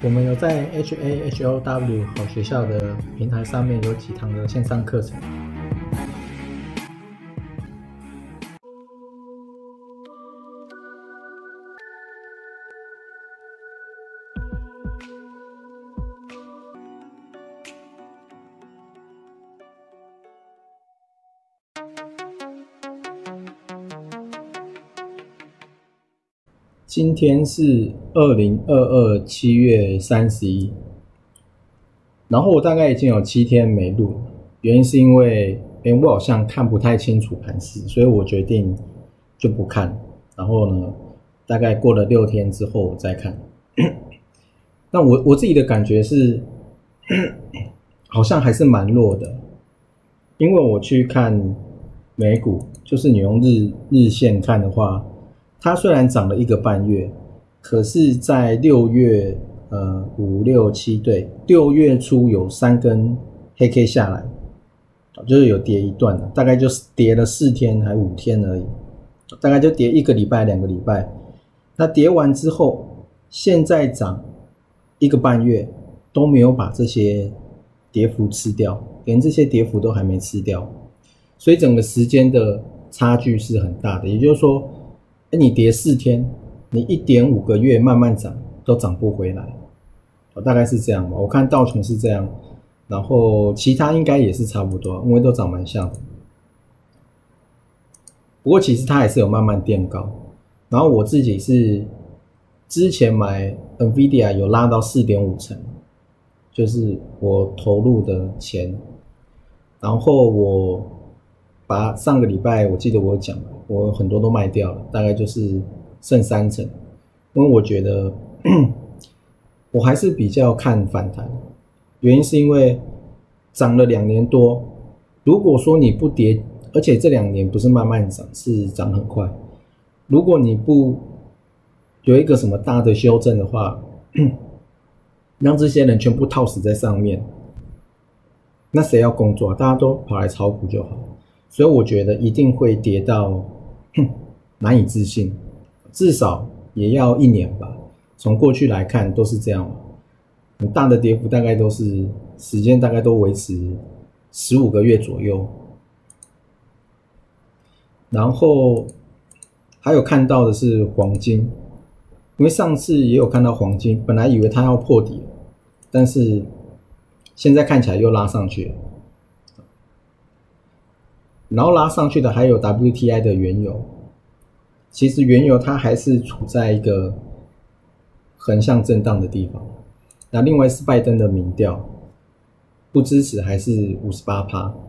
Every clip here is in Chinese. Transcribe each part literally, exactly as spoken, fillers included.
我们有在 H A H O W 好学校的平台上面有几堂的线上课程。今天是二零二二七月三十一，然后我大概已经有七天没录，原因是因为诶我好像看不太清楚盘势，所以我决定就不看，然后呢大概过了六天之后我再看。那我我自己的感觉是好像还是蛮弱的，因为我去看美股，就是你用日日线看的话，它虽然涨了一个半月，可是在六月呃五六七对六月初有三根黑 K 下来，就是有跌一段的，大概就是跌了四天还五天而已，大概就跌一个礼拜两个礼拜。那跌完之后，现在涨一个半月都没有把这些跌幅吃掉，连这些跌幅都还没吃掉，所以整个时间的差距是很大的。也就是说你跌四天，你 一点五 个月慢慢涨都涨不回来，大概是这样吧。我看道琼是这样，然后其他应该也是差不多，因为都涨蛮像的。不过其实它还是有慢慢垫高，然后我自己是之前买 Nvidia 有拉到 四点五 成，就是我投入的钱，然后我把上个礼拜我记得我有讲，我很多都卖掉了，大概就是剩三成，因为我觉得我还是比较看反弹，原因是因为涨了两年多，如果说你不跌，而且这两年不是慢慢涨，是涨很快，如果你不有一个什么大的修正的话，让这些人全部套死在上面，那谁要工作啊？大家都跑来炒股就好。所以我觉得一定会跌到难以置信，至少也要一年吧。从过去来看都是这样，很大的跌幅大概都是时间大概都维持十五个月左右。然后还有看到的是黄金，因为上次也有看到黄金，本来以为它要破底了，但是现在看起来又拉上去了。然后拉上去的还有 W T I 的原油，其实原油它还是处在一个横向震荡的地方。那另外是拜登的民调，不支持还是 百分之五十八。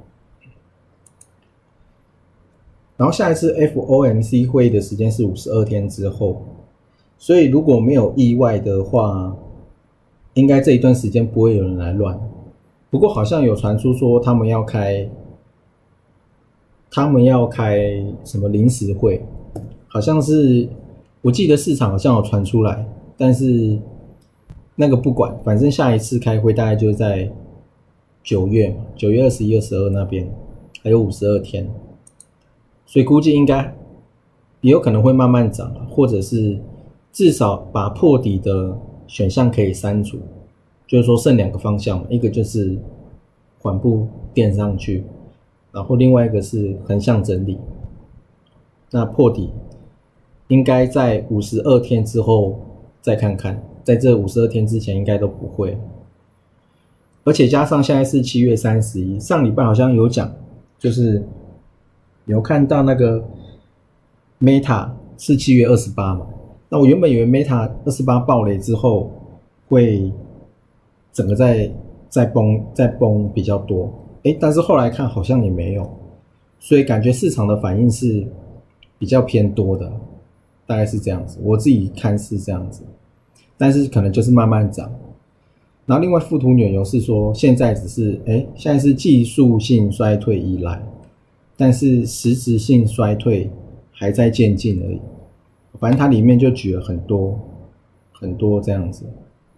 然后下一次 F O M C 会议的时间是五十二天之后，所以如果没有意外的话，应该这一段时间不会有人来乱。不过好像有传出说他们要开他们要开什么临时会，好像是我记得市场好像有传出来，但是那个不管，反正下一次开会大概就是在九月嘛，九月二十一、二十二那边还有五十二天，所以估计应该也有可能会慢慢涨，或者是至少把破底的选项可以删除，就是说剩两个方向嘛，一个就是缓步垫上去，然后另外一个是横向整理，那破底应该在五十二天之后再看看，在这五十二天之前应该都不会。而且加上现在是七月三十一，上礼拜好像有讲，就是有看到那个 Meta 是七月二十八嘛，那我原本以为 Meta 二十八爆雷之后会整个再再崩再崩比较多，诶，但是后来看好像也没有，所以感觉市场的反应是比较偏多的，大概是这样子，我自己看是这样子，但是可能就是慢慢涨。然后另外富途纽油是说现在只是诶现在是技术性衰退依赖，但是实质性衰退还在渐进而已，反正它里面就举了很多很多这样子。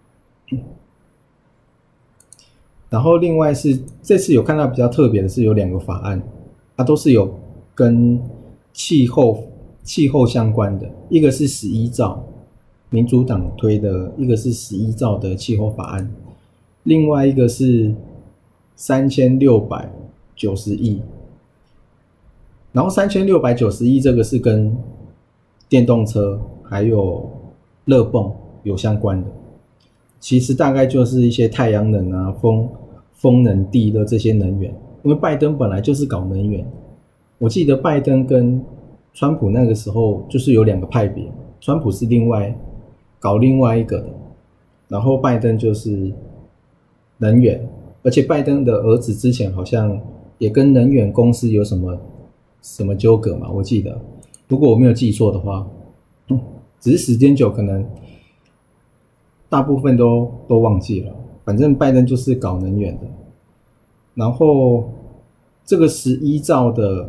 然后另外是这次有看到比较特别的是有两个法案，它都是有跟气候气候相关的，一个是十一兆， 民主党推的，一个是十一兆的气候法案，另外一个是三千六百九十亿。然后三千六百九十亿这个是跟电动车还有热泵有相关的，其实大概就是一些太阳能啊、风风能、地热这些能源。因为拜登本来就是搞能源，我记得拜登跟川普那个时候就是有两个派别，川普是另外搞另外一个的，然后拜登就是能源，而且拜登的儿子之前好像也跟能源公司有什么什么纠葛嘛，我记得，如果我没有记错的话，嗯，只是时间久，可能大部分都都忘记了。反正拜登就是搞能源的，然后这个十一兆的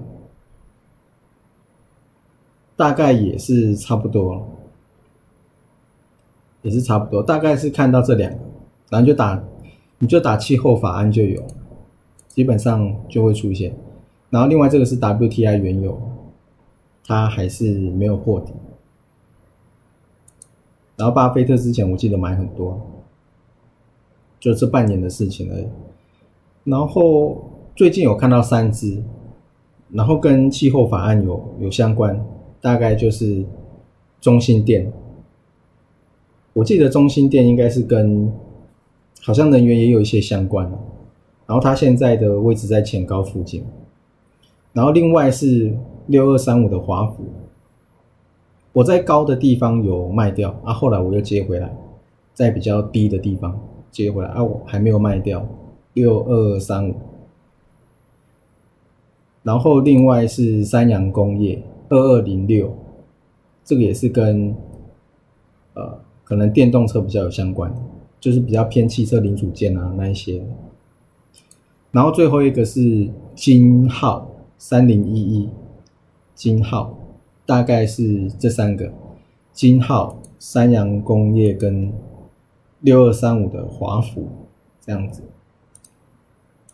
大概也是差不多，也是差不多，大概是看到这两个，然后就打你就打气候法案就有，基本上就会出现。然后另外这个是 W T I 原油，它还是没有破底。然后巴菲特之前我记得买很多，就这半年的事情而已。然后最近有看到三只，然后跟气候法案有有相关，大概就是中兴电。我记得中兴电应该是跟好像能源也有一些相关，然后它现在的位置在前高附近。然后另外是六二三五的华孚，我在高的地方有卖掉啊，后来我又接回来，在比较低的地方接回来啊，我还没有卖掉六二三五。然后另外是三洋工业二二零六，这个也是跟呃可能电动车比较有相关，就是比较偏汽车零组件啊那一些。然后最后一个是金浩三零一一，金浩大概是这三个，金浩、三洋工业跟六二三五的华孚这样子。